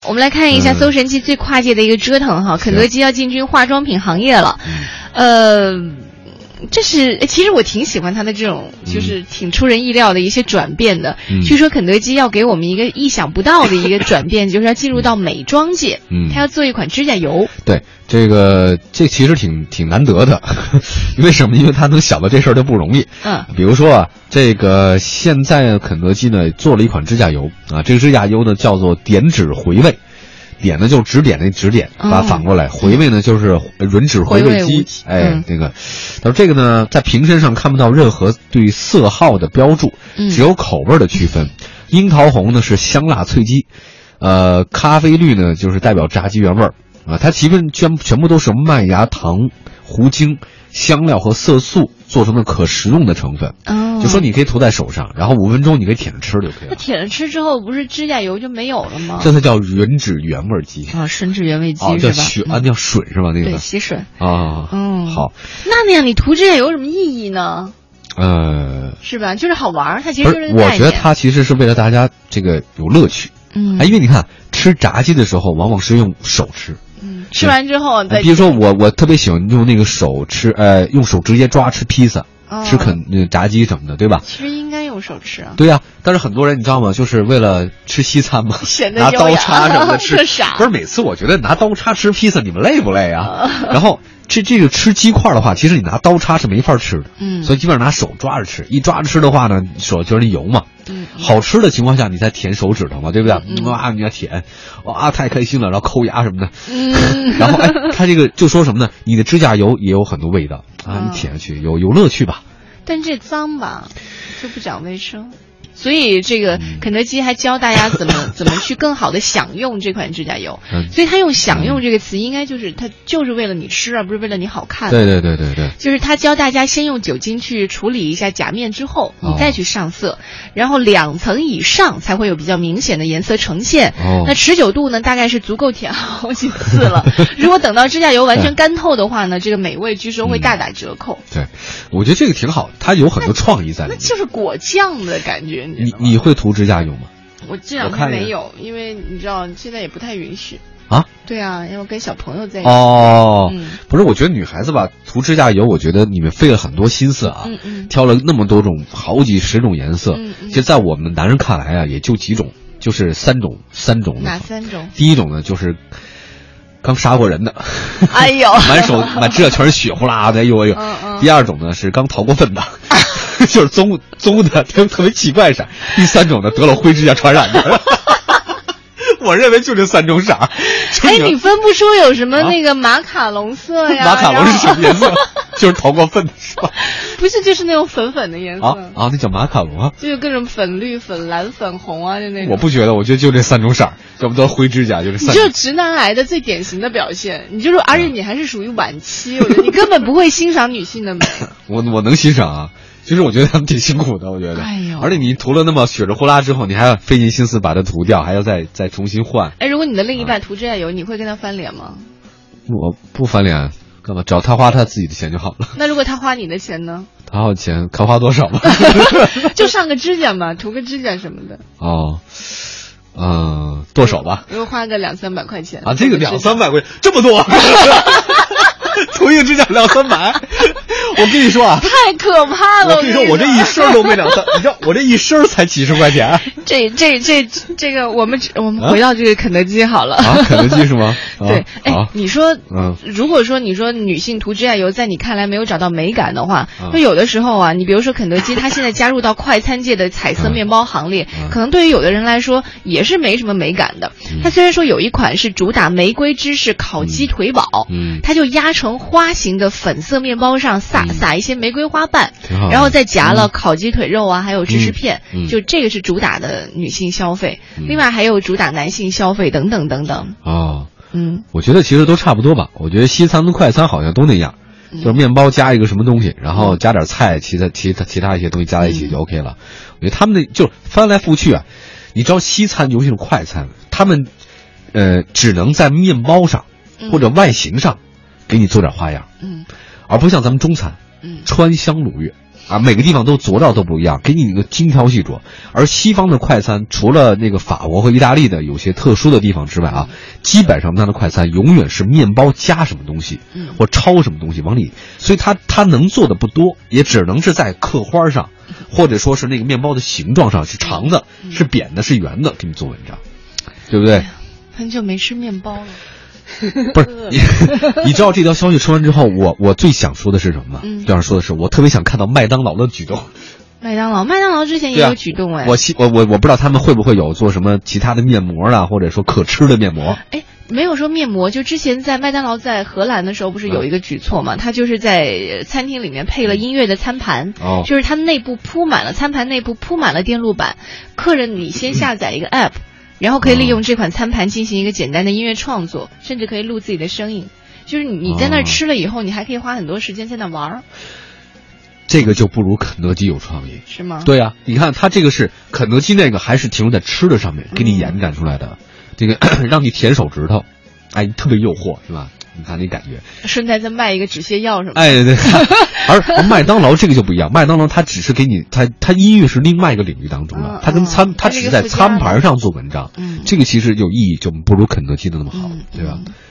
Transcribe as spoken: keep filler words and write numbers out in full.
我们来看一下搜神记最跨界的一个折腾哈，肯德基要进军化妆品行业了，呃，这是其实我挺喜欢他的这种，就是挺出人意料的一些转变的。嗯、据说肯德基要给我们一个意想不到的一个转变，就是要进入到美妆界，嗯，他要做一款指甲油。 对，这个这其实挺挺难得的，为什么？因为他能想到这事儿就不容易。嗯，比如说啊，这个现在肯德基呢做了一款指甲油啊，这个指甲油呢叫做点脂回味。点呢就是指点那指点，把它反过来。嗯、回味呢就是吮指回味肌。哎，嗯、那个，他说这个呢在瓶身上看不到任何对色号的标注，嗯、只有口味的区分。樱桃红呢是香辣脆鸡，呃，咖啡绿呢就是代表炸鸡原味儿啊。它基本全全部都是麦芽糖、糊精、香料和色素做成的可食用的成分。哦。就说你可以涂在手上，然后五分钟你可以舔着吃就可以了。 那舔着吃之后，不是指甲油就没有了吗？ 这才叫吮指原味鸡啊，吮指原味鸡、哦、 是吧？叫吮啊，叫吮是吧？那个对，吸吮啊。嗯，好。 那那样你涂指甲油有什么意义呢？ 呃， 是吧？就是好玩，它其实就是我觉得它其实是为了大家这个有乐趣。嗯，哎，因为你看吃炸鸡的时候，往往是用手吃。 嗯，吃完之后再。 比如说我我特别喜欢用那个手吃，呃，用手直接抓吃披萨。哦、吃肯那个炸鸡什么的，对吧？ 其实应该用手吃啊。 对呀、啊，但是很多人你知道吗？就是为了吃西餐嘛，拿刀叉什么的吃。 傻不是每次我觉得拿刀叉吃披萨，你们累不累啊？然后这这个吃鸡块的话，其实你拿刀叉是没法吃的。嗯。所以基本上拿手抓着吃，一抓着吃的话呢，手就是那油嘛。嗯。好吃的情况下，你才舔手指头嘛，对不对？嗯。哇，你要舔，哇，太开心了，然后抠牙什么的。嗯。然后哎，他这个就说什么呢？你的指甲油也有很多味道。啊，你舔下去有有乐趣吧？ 但这脏吧，就不讲卫生。所以这个肯德基还教大家怎么怎么去更好的享用这款指甲油，所以他用享用这个词，应该就是他就是为了你吃，而不是为了你好看。 对对对对对， 就是他教大家先用酒精去处理一下甲面之后，你再去上色，然后两层以上才会有比较明显的颜色呈现。哦，那持久度呢，大概是足够舔好几次了。如果等到指甲油完全干透的话呢，这个美味据说会大打折扣。 嗯、对，我觉得这个挺好的，它有很多创意在里面。 那就是果酱的感觉。 你你会涂指甲油吗？ 我这两天没有，因为你知道现在也不太允许啊。 对啊，因为我跟小朋友在一起。 哦，嗯、不是，我觉得女孩子吧，涂指甲油，我觉得你们费了很多心思啊，嗯嗯、挑了那么多种，好几十种颜色。嗯嗯、其实，在我们男人看来啊，也就几种，就是三种，三种。 哪三种？ 第一种呢，就是刚杀过人的， 哎呦， 满手满指甲全是血，呼啦的，哎呦哎呦。嗯嗯、第二种呢是刚逃过粪的。就是棕棕的，特别奇怪色。第三种呢，得了灰指甲传染的。我认为就这三种色。 哎，你分不出有什么那个马卡龙色呀？ 马卡龙是什么颜色？就是逃过粪的是吧？ 不是，就是那种粉粉的颜色。 啊啊，那叫马卡龙啊。 就有各种粉绿、粉蓝、粉红啊，就那种。 我不觉得，我觉得就这三种色，要不得灰指甲就这三种。 你就是直男癌的最典型的表现。你就是，而且你还是属于晚期，我觉得你根本不会欣赏女性的美。 我我能欣赏啊。其实我觉得他们挺辛苦的，我觉得。哎呦！而且你涂了那么血着呼啦之后，你还要费尽心思把它涂掉，还要再再重新换。 哎，如果你的另一半涂指甲油，啊、你会跟他翻脸吗？ 我不翻脸，干嘛？只要他花他自己的钱就好了。 那如果他花你的钱呢？ 他花钱，看花多少吧。 就上个指甲嘛，涂个指甲什么的。 哦，嗯、呃，剁手吧。 如果花个两三百块钱啊，这个两三百块这么多。涂一个指甲两三百，我跟你说啊， 太可怕了！ 我跟你说，我这一身都没两三，你知道我这一身才几十块钱。 这这这这个，我们我们回到这个肯德基好了。 啊，肯德基是吗？ 对，哎，你说，嗯，如果说你说女性涂指甲油，在你看来没有找到美感的话，那有的时候啊，你比如说肯德基，它现在加入到快餐界的彩色面包行列，可能对于有的人来说也是没什么美感的。它虽然说有一款是主打玫瑰芝士烤鸡腿堡，嗯，它就压成花形的粉色面包上撒撒一些玫瑰花瓣，然后再夹了烤鸡腿肉啊，还有芝士片，就这个是主打的女性消费。另外还有主打男性消费等等等等。 哦，嗯，我觉得其实都差不多吧。我觉得西餐跟快餐好像都那样，就是面包加一个什么东西，然后加点菜，其他其他其他一些东西加在一起就 OK 了。我觉得他们的就翻来覆去啊，你知道西餐尤其是快餐，他们呃只能在面包上或者外形上给你做点花样，嗯，而不像咱们中餐，嗯，川香鲁粤， 啊，每个地方都佐料都不一样，给你一个精挑细琢。而西方的快餐，除了那个法国和意大利的有些特殊的地方之外啊，基本上它的快餐永远是面包加什么东西，或焯什么东西往里，所以它它能做的不多，也只能是在刻花上，或者说是那个面包的形状上是长的、是扁的、是圆的，给你做文章，对不对？哎、 很久没吃面包了。 不是你，你知道这条消息出完之后，我我最想说的是什么吗？嗯，最想说的是，我特别想看到麦当劳的举动。 麦当劳，麦当劳之前也有举动哎。 我我我我不知道他们会不会有做什么其他的面膜啊，或者说可吃的面膜。 哎，没有说面膜，就之前在麦当劳在荷兰的时候，不是有一个举措嘛？他、嗯、就是在餐厅里面配了音乐的餐盘，哦，就是它内部铺满了餐盘内部铺满了电路板，客人你先下载一个 app。嗯，然后可以利用这款餐盘进行一个简单的音乐创作，甚至可以录自己的声音。就是你在那儿吃了以后，你还可以花很多时间在那玩儿。 这个就不如肯德基有创意， 是吗？ 对啊，你看它这个是肯德基那个还是停留在吃的上面，给你延展出来的，嗯、这个让你舔手指头，哎，特别诱惑，是吧？你看那感觉， 顺带再卖一个止泻药什么的。 哎，对。而而麦当劳这个就不一样，麦当劳它只是给你，它它音乐是另外一个领域当中的，它、嗯、跟餐它只是在餐盘上做文章，嗯，这个其实有意义就不如肯德基的那么好，嗯、对吧？嗯